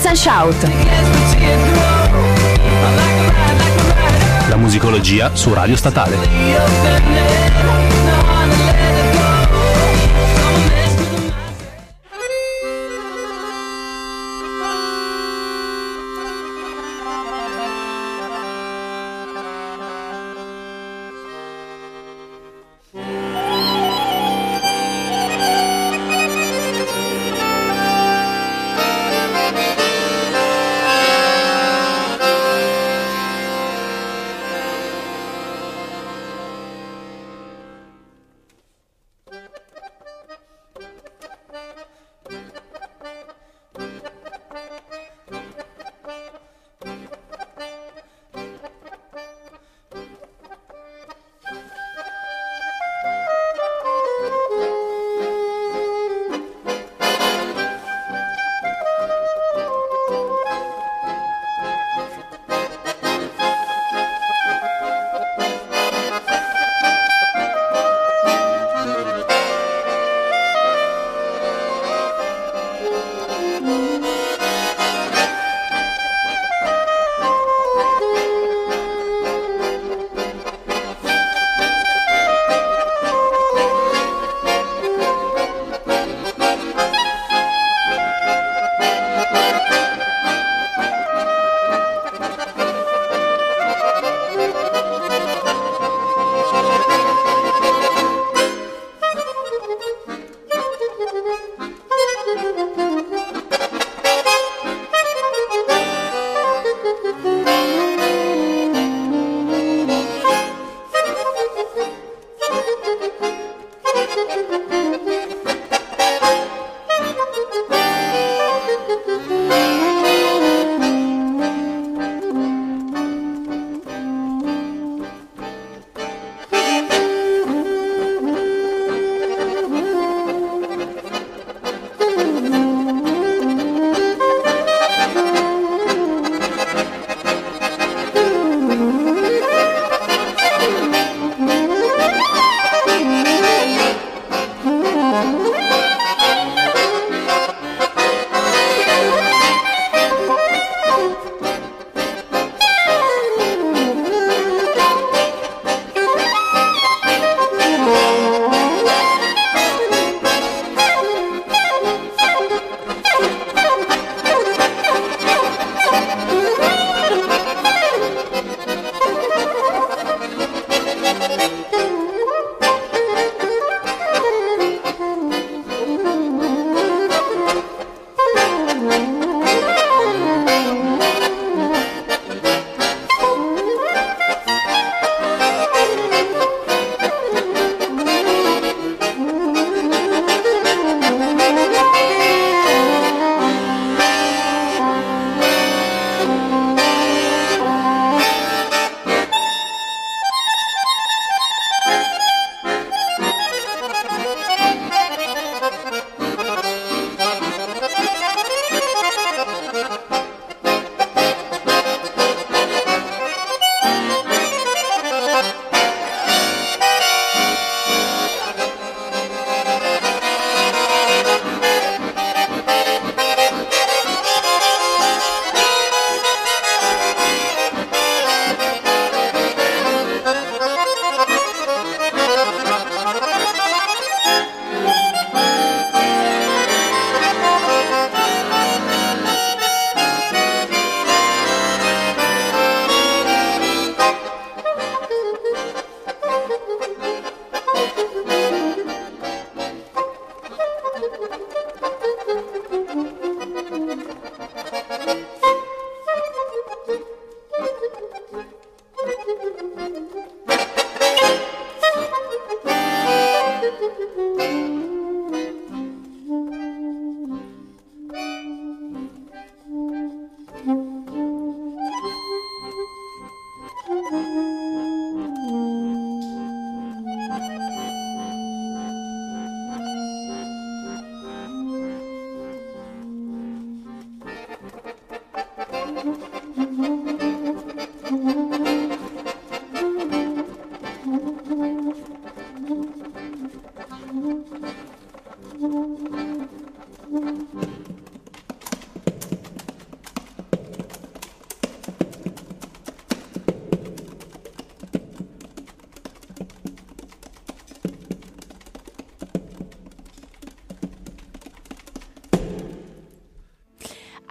Dance and Shout. La musicologia su Radio Statale.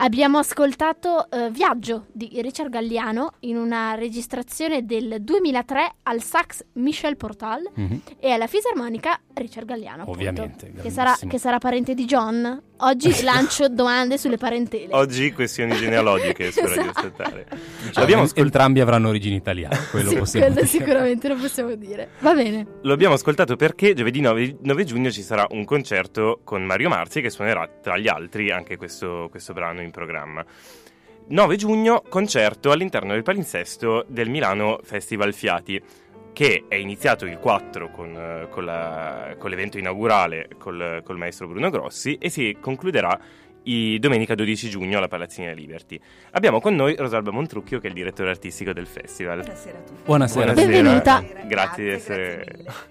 Abbiamo ascoltato Viaggio di Richard Galliano in una registrazione del 2003 al sax Michel Portal e alla fisarmonica Richard Galliano, appunto, ovviamente, che sarà parente di John. Oggi lancio domande sulle parentele. Oggi questioni genealogiche su Radio Statale. Entrambi avranno origini italiane, quello possiamo dire. Sicuramente lo possiamo dire. Va bene. Lo abbiamo ascoltato perché giovedì 9 giugno ci sarà un concerto con Mario Marzi che suonerà tra gli altri anche questo brano in programma. 9 giugno, concerto all'interno del palinsesto del Milano Festival Fiati, che è iniziato il 4 con l'evento inaugurale col maestro Bruno Grossi e si concluderà domenica 12 giugno alla Palazzina Liberty. Abbiamo con noi Rosalba Montrucchio, che è il direttore artistico del festival. Buonasera a tutti. Buonasera. Benvenuta. Grazie di essere...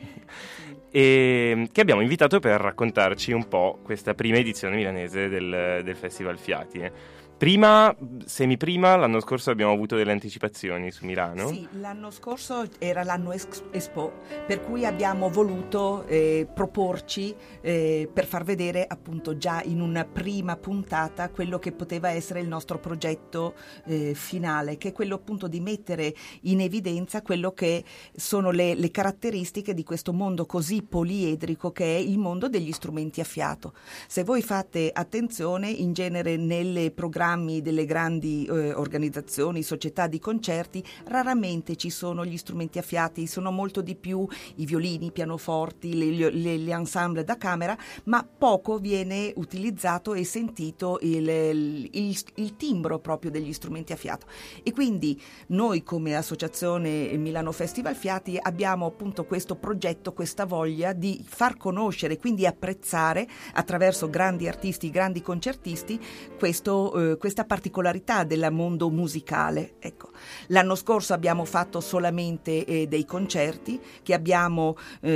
E che abbiamo invitato per raccontarci un po' questa prima edizione milanese del Festival Fiati. Semiprima, l'anno scorso abbiamo avuto delle anticipazioni su Milano. Sì, l'anno scorso era l'anno Expo, per cui abbiamo voluto proporci per far vedere appunto già in una prima puntata quello che poteva essere il nostro progetto finale, che è quello appunto di mettere in evidenza quello che sono le caratteristiche di questo mondo così poliedrico che è il mondo degli strumenti a fiato. Se voi fate attenzione, in genere nelle programmi delle grandi organizzazioni, società di concerti, raramente ci sono gli strumenti a fiati, sono molto di più i violini, i pianoforti, gli ensemble da camera, ma poco viene utilizzato e sentito il timbro proprio degli strumenti a fiato. E quindi noi come associazione Milano Festival Fiati abbiamo appunto questo progetto, questa voglia di far conoscere, quindi apprezzare attraverso grandi artisti, grandi concertisti questa particolarità del mondo musicale. Ecco. L'anno scorso abbiamo fatto solamente dei concerti che abbiamo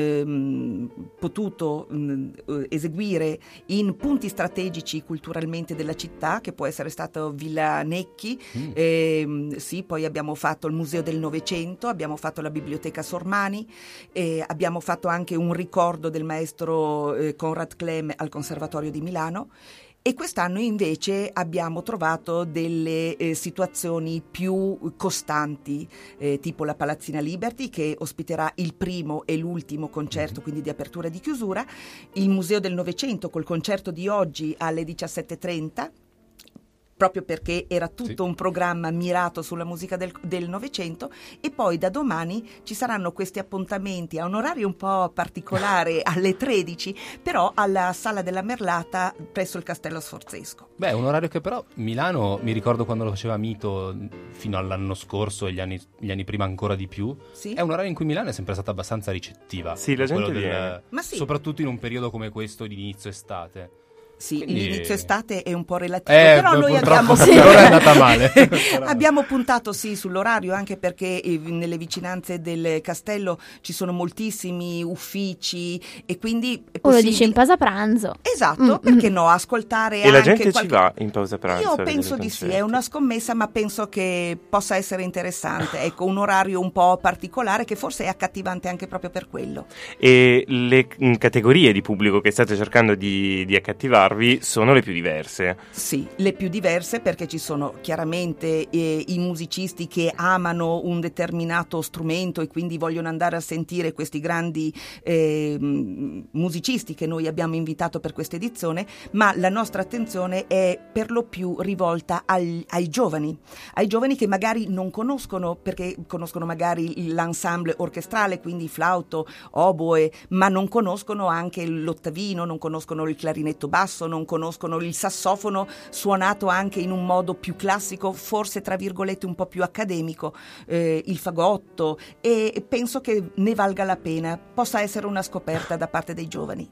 potuto eseguire in punti strategici culturalmente della città, che può essere stato Villa Necchi, sì, poi abbiamo fatto il Museo del Novecento, abbiamo fatto la Biblioteca Sormani, abbiamo fatto anche un ricordo del maestro Konrad Klemm al Conservatorio di Milano. E quest'anno invece abbiamo trovato delle situazioni più costanti, tipo la Palazzina Liberty, che ospiterà il primo e l'ultimo concerto, quindi di apertura e di chiusura, il Museo del Novecento col concerto di oggi alle 17:30, proprio perché era tutto un programma mirato sulla musica del Novecento, e poi da domani ci saranno questi appuntamenti a un orario un po' particolare alle 13, però alla Sala della Merlata presso il Castello Sforzesco. Beh, un orario che però Milano, mi ricordo quando lo faceva Mito fino all'anno scorso e gli anni prima ancora di più, sì? È un orario in cui Milano è sempre stata abbastanza ricettiva. Sì, la gente viene. Ma sì. Soprattutto in un periodo come questo di inizio estate. Sì, Quindi... l'inizio estate è un po' relativo, però noi abbiamo è andata male. Abbiamo puntato sull'orario, anche perché nelle vicinanze del castello ci sono moltissimi uffici e quindi è Uno dice in pausa pranzo. Esatto, perché no, ascoltare e anche la gente ci va in pausa pranzo. Io penso di sì, è una scommessa, ma penso che possa essere interessante. Ecco, un orario un po' particolare che forse è accattivante anche proprio per quello. E le categorie di pubblico che state cercando di accattivarvi sono le più diverse. Sì, le più diverse, perché ci sono chiaramente i musicisti che amano un determinato strumento e quindi vogliono andare a sentire questi grandi musicisti che noi abbiamo invitato per questa edizione, ma la nostra attenzione è per lo più rivolta ai giovani che magari non conoscono, perché conoscono magari l'ensemble orchestrale, quindi flauto, oboe, ma non conoscono anche l'ottavino, non conoscono il clarinetto basso, non conoscono il sassofono suonato anche in un modo più classico, forse tra virgolette un po' più accademico, il fagotto, e penso che ne valga la pena, possa essere una scoperta da parte dei giovani.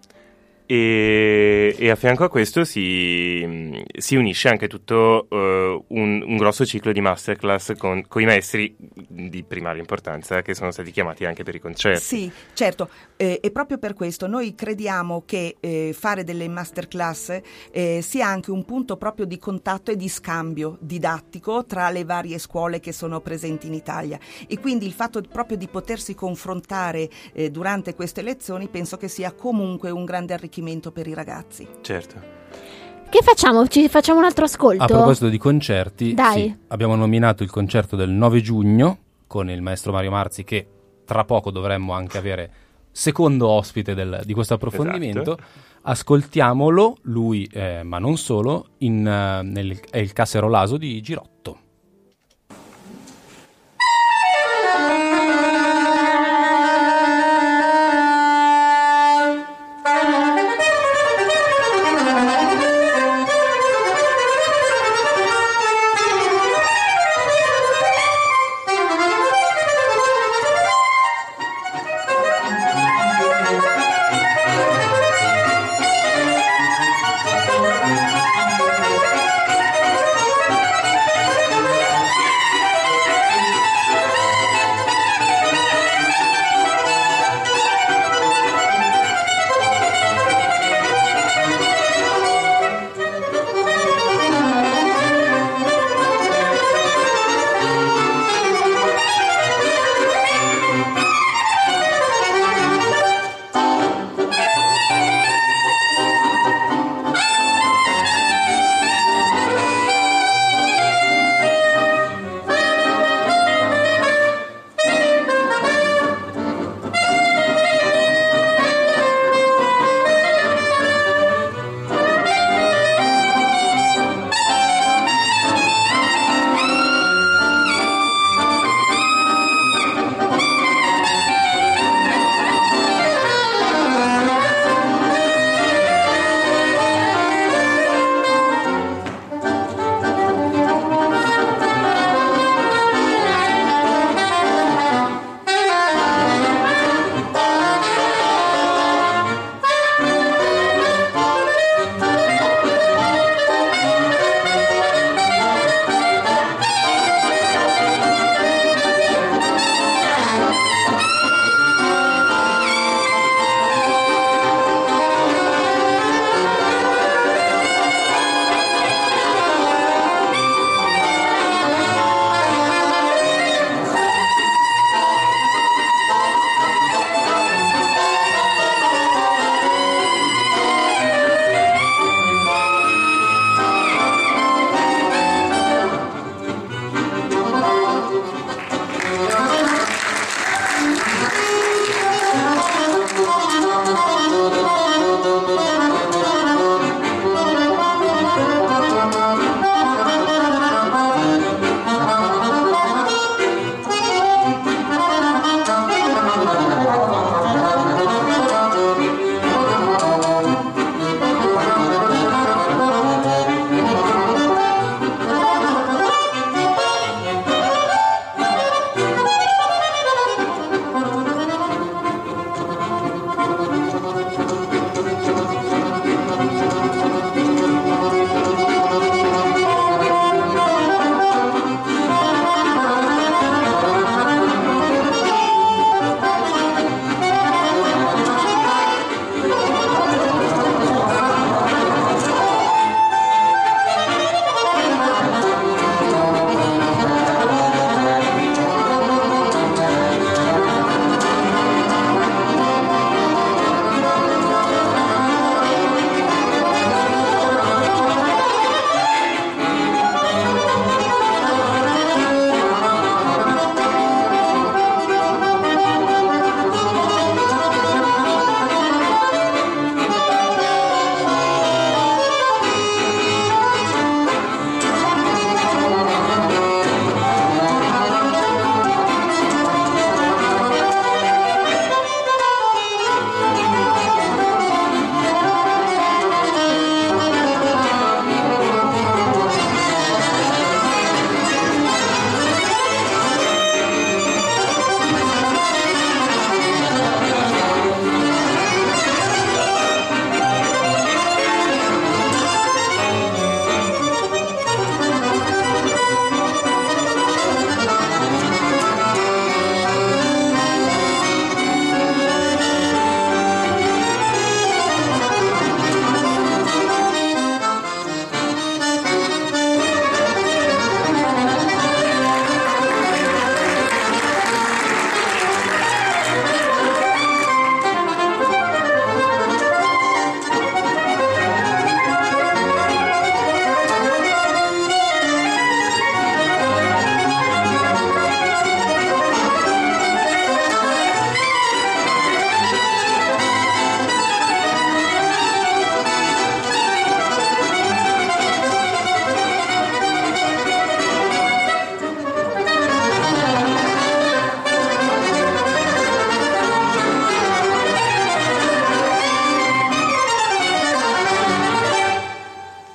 E a fianco a questo si unisce anche tutto un grosso ciclo di masterclass con i maestri di primaria importanza che sono stati chiamati anche per i concerti. Sì, certo, e proprio per questo noi crediamo che fare delle masterclass sia anche un punto proprio di contatto e di scambio didattico tra le varie scuole che sono presenti in Italia, e quindi il fatto proprio di potersi confrontare durante queste lezioni penso che sia comunque un grande arricchimento per i ragazzi. Certo. Che facciamo? Ci facciamo un altro ascolto? A proposito di concerti, Dai. sì, abbiamo nominato il concerto del 9 giugno con il maestro Mario Marzi, che tra poco dovremmo anche avere secondo ospite di questo approfondimento. Esatto. Ascoltiamolo, lui, ma non solo, è il Caserolaso di Girotto. Thank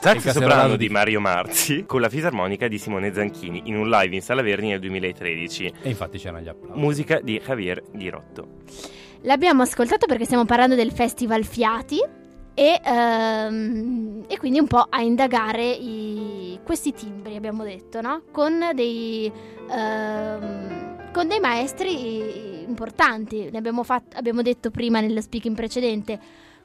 Sax soprano di Mario Marzi con la fisarmonica di Simone Zanchini in un live in Sala Verdi nel 2013. E infatti c'erano gli applausi. Musica di Javier Ghirotto. L'abbiamo ascoltato perché stiamo parlando del Festival Fiati e quindi un po' a indagare questi timbri, abbiamo detto, no? Con dei maestri importanti. Ne abbiamo detto prima nello speaking precedente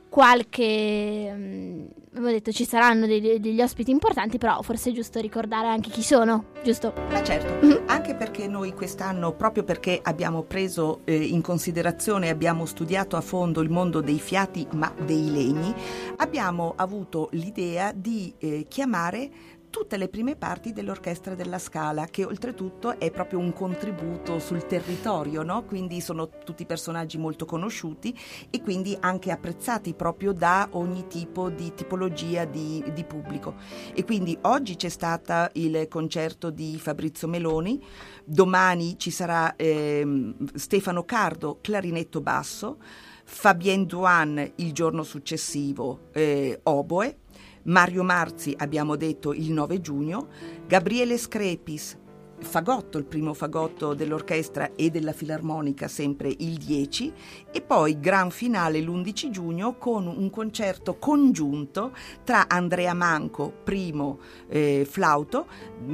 abbiamo detto ci saranno degli ospiti importanti, però forse è giusto ricordare anche chi sono, giusto? Ma certo, anche perché noi quest'anno, proprio perché abbiamo preso in considerazione, abbiamo studiato a fondo il mondo dei fiati ma dei legni, abbiamo avuto l'idea di chiamare tutte le prime parti dell'Orchestra della Scala, che oltretutto è proprio un contributo sul territorio, no? Quindi sono tutti personaggi molto conosciuti e quindi anche apprezzati proprio da ogni tipo di tipologia di pubblico. E quindi oggi c'è stato il concerto di Fabrizio Meloni, domani ci sarà Stefano Cardo, clarinetto basso, Fabien Duan il giorno successivo, oboe, Mario Marzi abbiamo detto il 9 giugno, Gabriele Screpis, fagotto, il primo fagotto dell'orchestra e della filarmonica sempre il 10 e poi gran finale l'11 giugno con un concerto congiunto tra Andrea Manco, primo flauto,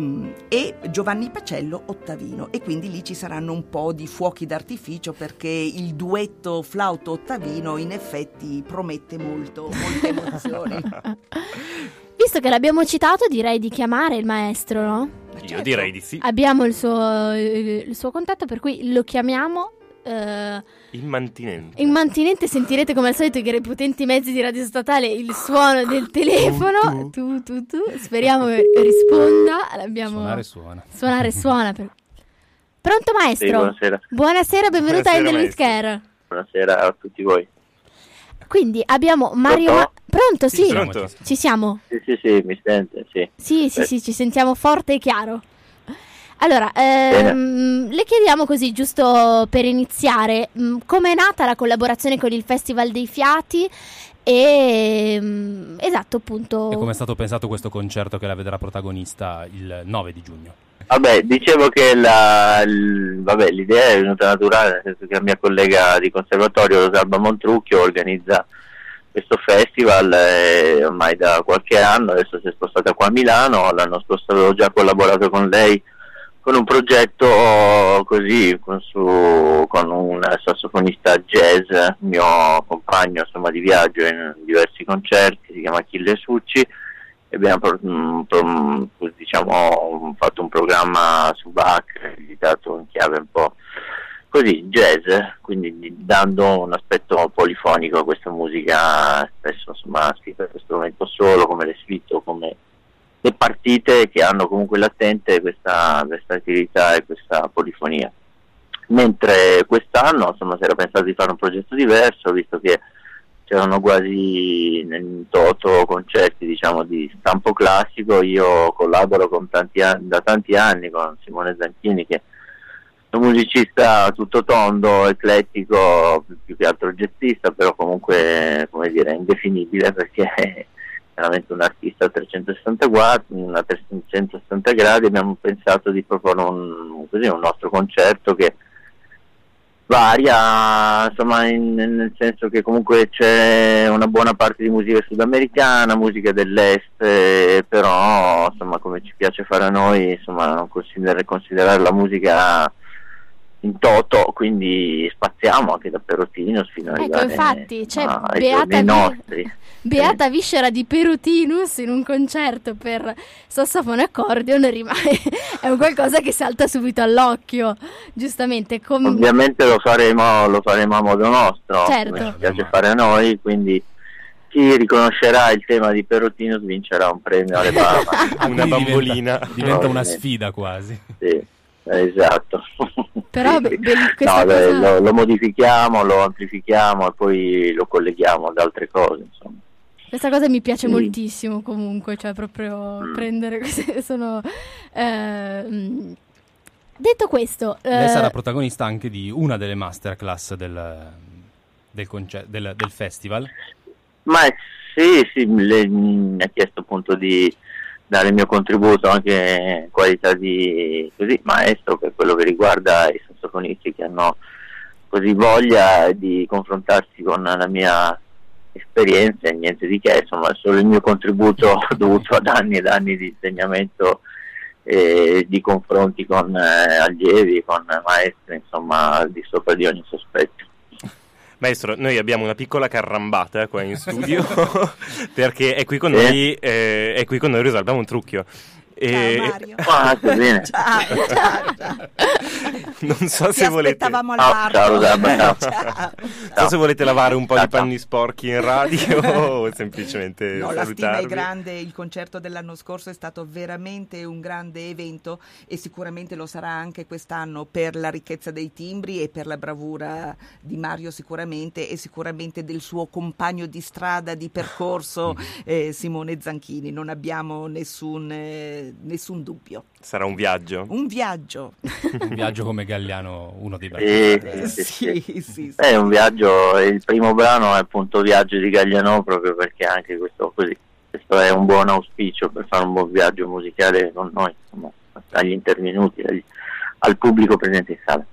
e Giovanni Pacello, ottavino, e quindi lì ci saranno un po' di fuochi d'artificio perché il duetto flauto-ottavino in effetti promette molte emozioni. Visto che l'abbiamo citato, direi di chiamare il maestro, no? Io direi di sì. Abbiamo il suo contatto, per cui lo chiamiamo. Immantinente. Immantinente, sentirete come al solito i potenti mezzi di Radio Statale il suono del telefono. Tu. Speriamo che risponda. Suonare suona. Pronto maestro? Sì, buonasera. Buonasera, benvenuta a Endelwit Care. Buonasera a tutti voi. Quindi abbiamo Mario. Pronto? Sì, pronto. Ci siamo. Sì, mi sente, sì. Sì, ci sentiamo forte e chiaro. Allora, le chiediamo così, giusto per iniziare, come è nata la collaborazione con il Festival dei Fiati e esatto, appunto. E come è stato pensato questo concerto che la vedrà protagonista il 9 di giugno? Vabbè, dicevo che l'idea è venuta naturale, nel senso che la mia collega di conservatorio Rosalba Montrucchio organizza questo festival ormai da qualche anno, adesso si è spostata qua a Milano. L'anno scorso avevo già collaborato con lei con un progetto così con un sassofonista jazz, mio compagno insomma di viaggio in diversi concerti, si chiama Achille Succi, e abbiamo fatto un programma su Bach, editato in chiave un po' così jazz, quindi dando un aspetto polifonico a questa musica, spesso insomma scritta per strumento solo, come le suite o come le partite, che hanno comunque latente questa versatilità e questa polifonia. Mentre quest'anno insomma si era pensato di fare un progetto diverso, visto che c'erano quasi in toto concerti diciamo di stampo classico. Io collaboro da tanti anni con Simone Zanchini, che è un musicista tutto tondo, eclettico, più che altro jazzista, però comunque, come dire, indefinibile, perché è veramente un artista a 360 gradi. Abbiamo pensato di proporre un nostro concerto che varia, insomma, nel senso che comunque c'è una buona parte di musica sudamericana, musica dell'est, però insomma, come ci piace fare a noi, insomma, considerare la musica in toto, quindi spaziamo anche da Perotinus fino ad arrivare infatti c'è ai nostri. Beata viscera di Perutinus in un concerto per sassofono e accordion è un qualcosa che salta subito all'occhio, giustamente. Ovviamente lo faremo a modo nostro, certo, come ci piace fare a noi, quindi chi riconoscerà il tema di Perutinus vincerà un premio alle Bahamas. Una bambolina. Diventa una sfida quasi. Sì, esatto. Però cosa... lo modifichiamo, lo amplifichiamo e poi lo colleghiamo ad altre cose, insomma. Questa cosa mi piace moltissimo, comunque, cioè proprio prendere queste sono detto questo, lei sarà protagonista anche di una delle masterclass del festival. Ma Sì, mi ha chiesto appunto di dare il mio contributo anche in qualità di così maestro per quello che riguarda i sassofonisti che hanno così voglia di confrontarsi con la mia esperienza e niente di che, insomma, solo il mio contributo dovuto ad anni ed anni di insegnamento e di confronti con allievi, con maestri, insomma, al di sopra di ogni sospetto. Maestro, noi abbiamo una piccola carrambata qua in studio perché è qui con noi Rosalba Montrucchio. Ciao Mario. Bene. Ciao. Non so Ti se volete aspettavamo al parco. Ciao Rosalba. Ciao. non so se volete lavare un po' di panni sporchi in radio o semplicemente No, la stima è salutarvi. grande, il concerto dell'anno scorso è stato veramente un grande evento e sicuramente lo sarà anche quest'anno per la ricchezza dei timbri e per la bravura di Mario sicuramente e sicuramente del suo compagno di strada, di percorso Simone Zanchini, non abbiamo nessun dubbio. Sarà un viaggio. Un viaggio. Un viaggio come Galliano, uno dei brani. Sì. È un viaggio, il primo brano è appunto Viaggio di Gagliano, proprio perché anche questo è un buon auspicio per fare un buon viaggio musicale con noi, insomma, agli intervenuti, al pubblico presente in sala.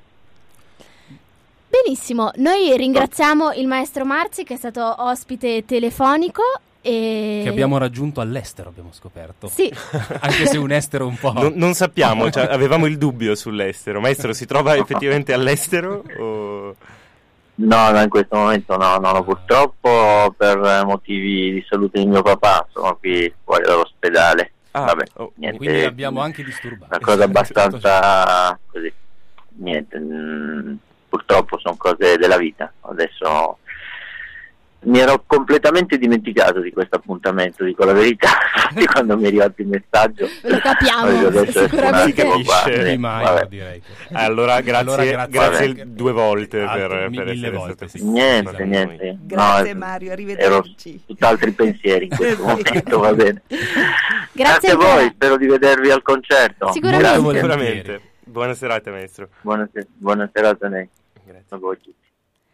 Benissimo, noi ringraziamo il maestro Marzi che è stato ospite telefonico. Che abbiamo raggiunto all'estero, abbiamo scoperto. Sì. Anche se un estero un po'. Non sappiamo, cioè, avevamo il dubbio sull'estero. Maestro, si trova effettivamente all'estero? O... No, in questo momento no, purtroppo per motivi di salute di mio papà sono qui fuori dall'ospedale. Vabbè, niente. Quindi abbiamo anche disturbato. Una cosa abbastanza così. Niente, purtroppo sono cose della vita. Adesso mi ero completamente dimenticato di questo appuntamento, dico la verità, quando mi è arrivato il messaggio. Lo capiamo, sicuramente. Direi che... Allora grazie due volte per mille essere volte, stato sì. Niente. Grazie Mario, arrivederci. Ero tutt'altri pensieri in questo momento, va bene. Grazie a voi, spero di vedervi al concerto. Sicuramente. Buona serata, maestro. Buona serata a lei. Grazie A voi tutti.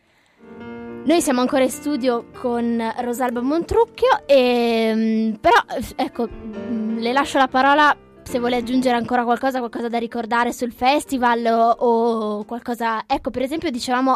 Noi siamo ancora in studio con Rosalba Montrucchio e però ecco, le lascio la parola se vuole aggiungere ancora qualcosa da ricordare sul festival o qualcosa. Ecco, per esempio dicevamo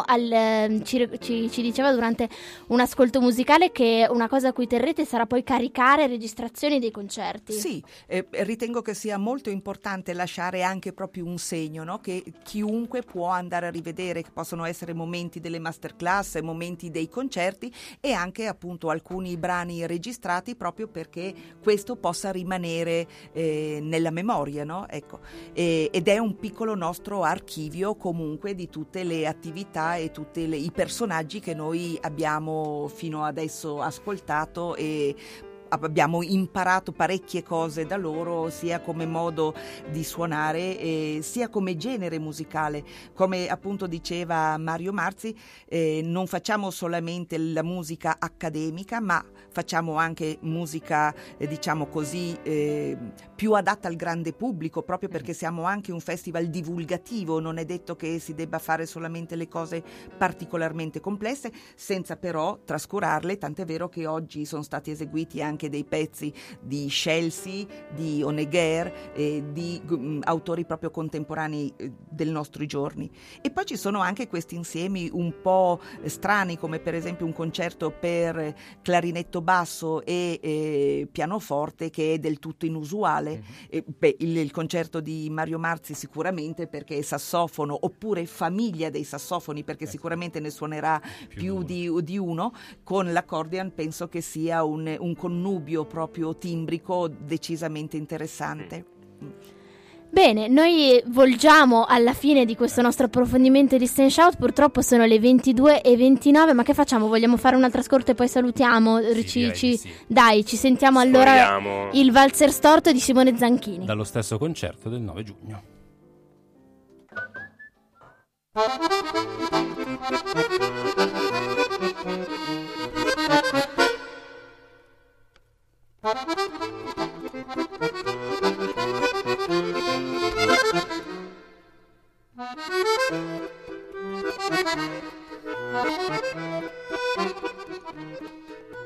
ci diceva durante un ascolto musicale che una cosa a cui terrete sarà poi caricare registrazioni dei concerti. Sì, ritengo che sia molto importante lasciare anche proprio un segno, no? Che chiunque può andare a rivedere, che possono essere momenti delle masterclass, momenti dei concerti e anche appunto alcuni brani registrati proprio perché questo possa rimanere nella memoria, no? Ecco. Ed è un piccolo nostro archivio comunque di tutte le attività e tutti i personaggi che noi abbiamo fino adesso ascoltato e abbiamo imparato parecchie cose da loro, sia come modo di suonare sia come genere musicale. Come appunto diceva Mario Marzi, non facciamo solamente la musica accademica, ma facciamo anche musica, diciamo così, più adatta al grande pubblico, proprio perché siamo anche un festival divulgativo. Non è detto che si debba fare solamente le cose particolarmente complesse, senza però trascurarle, tant'è vero che oggi sono stati eseguiti anche dei pezzi di Chelsea, di Honegger, di autori proprio contemporanei del nostri giorni. E poi ci sono anche questi insiemi un po' strani, come per esempio un concerto per clarinetto basso e pianoforte che è del tutto inusuale. Il concerto di Mario Marzi sicuramente perché è sassofono, oppure famiglia dei sassofoni perché sicuramente ne suonerà più di uno. Con l'accordion penso che sia un connubio proprio timbrico decisamente interessante. Bene, noi volgiamo alla fine di questo nostro approfondimento di Stand Shout. Purtroppo sono le 22:29, ma che facciamo? Vogliamo fare un altro ascolto e poi salutiamo? Sì. Dai, ci sentiamo allora il valzer storto di Simone Zanchini. Dallo stesso concerto del 9 giugno.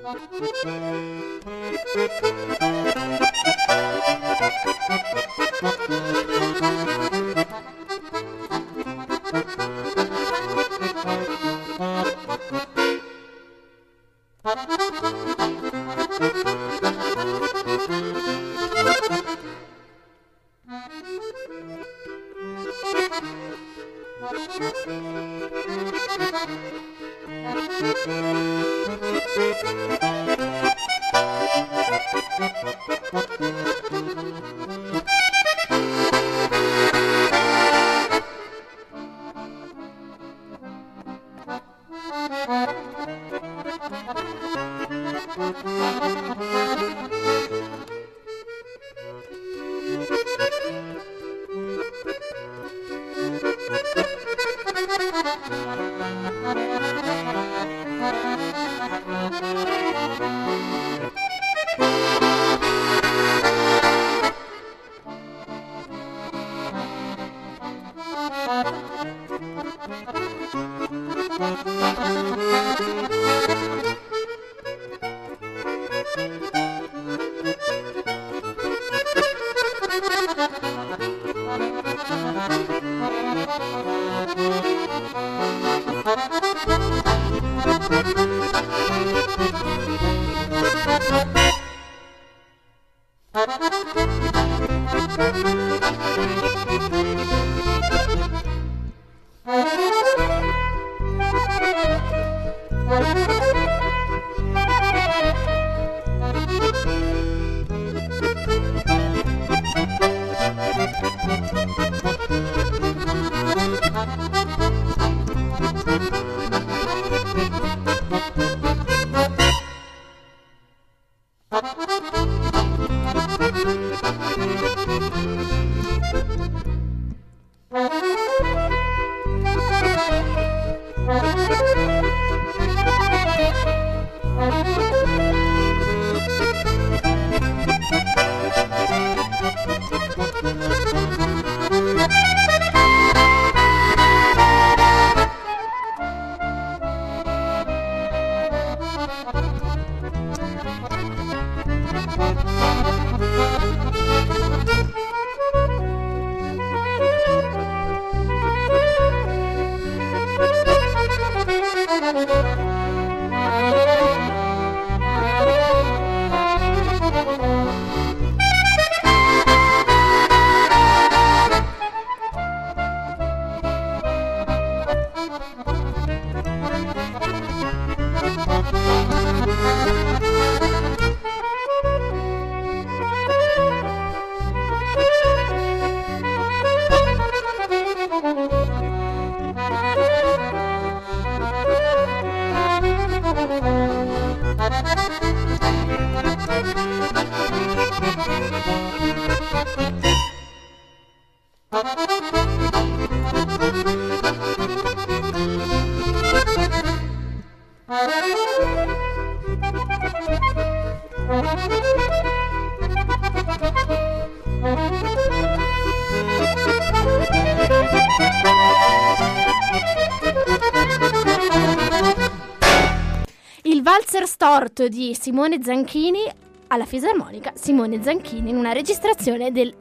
Il valzer storto di Simone Zanchini alla fisarmonica, Simone Zanchini in una registrazione del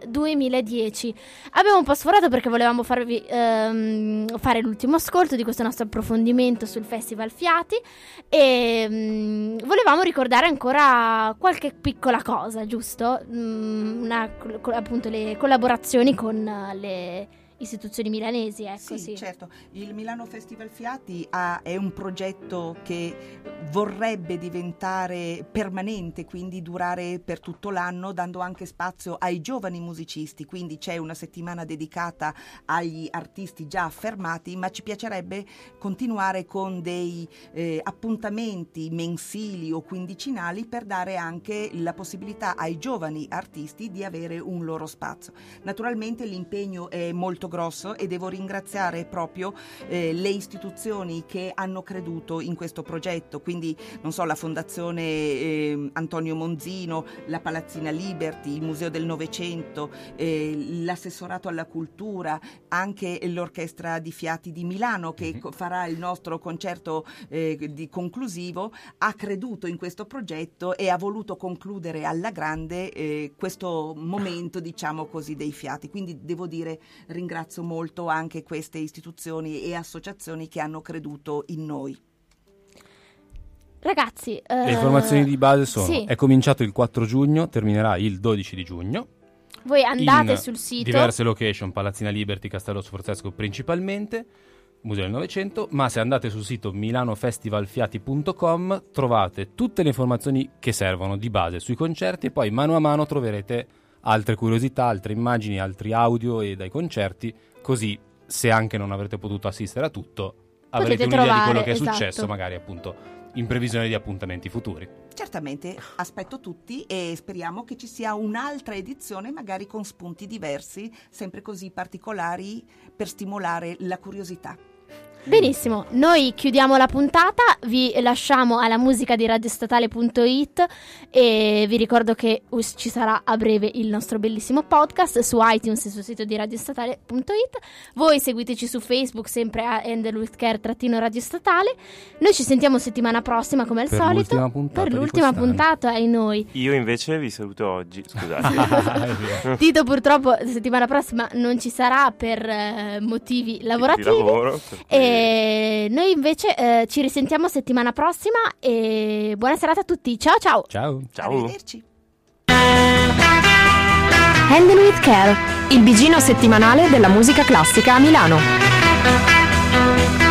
2010. Abbiamo un po' sforato perché volevamo farvi fare l'ultimo ascolto di questo nostro approfondimento sul Festival Fiati e volevamo ricordare ancora qualche piccola cosa, giusto? Appunto le collaborazioni con le istituzioni milanesi, ecco. Sì, certo. Il Milano Festival Fiati è un progetto che vorrebbe diventare permanente, quindi durare per tutto l'anno, dando anche spazio ai giovani musicisti, quindi c'è una settimana dedicata agli artisti già affermati, ma ci piacerebbe continuare con dei appuntamenti mensili o quindicinali per dare anche la possibilità ai giovani artisti di avere un loro spazio. Naturalmente l'impegno è molto molto grosso e devo ringraziare proprio le istituzioni che hanno creduto in questo progetto, quindi non so, la Fondazione Antonio Monzino, la Palazzina Liberty, il Museo del Novecento, l'assessorato alla cultura, anche l'Orchestra di Fiati di Milano che farà il nostro concerto di conclusivo, ha creduto in questo progetto e ha voluto concludere alla grande questo momento, diciamo così, dei Fiati. Quindi devo dire, ringrazio molto anche queste istituzioni e associazioni che hanno creduto in noi. Ragazzi, le informazioni di base sono: sì. È cominciato il 4 giugno, terminerà il 12 di giugno. Voi andate in sul sito, diverse location, Palazzina Liberty, Castello Sforzesco principalmente, Museo del Novecento, ma se andate sul sito milanofestivalfiati.com trovate tutte le informazioni che servono di base sui concerti, e poi mano a mano troverete altre curiosità, altre immagini, altri audio e dai concerti, così se anche non avrete potuto assistere a tutto avrete un'idea di quello che è successo, magari appunto in previsione di appuntamenti futuri. Certamente, aspetto tutti e speriamo che ci sia un'altra edizione, magari con spunti diversi, sempre così particolari, per stimolare la curiosità. Benissimo, noi chiudiamo la puntata, vi lasciamo alla musica di radiostatale.it e vi ricordo che ci sarà a breve il nostro bellissimo podcast su iTunes e sul sito di radiostatale.it. Voi seguiteci su Facebook, sempre a Handle with Care _Radio Statale. Noi ci sentiamo settimana prossima come al solito per l'ultima puntata ai noi. Io invece vi saluto oggi, scusate. Tito purtroppo settimana prossima non ci sarà per motivi lavorativi. Di lavoro, e noi invece ci risentiamo settimana prossima e buona serata a tutti. Ciao ciao. Ciao. Arrivederci. Handle with Care, il bigino settimanale della musica classica a Milano.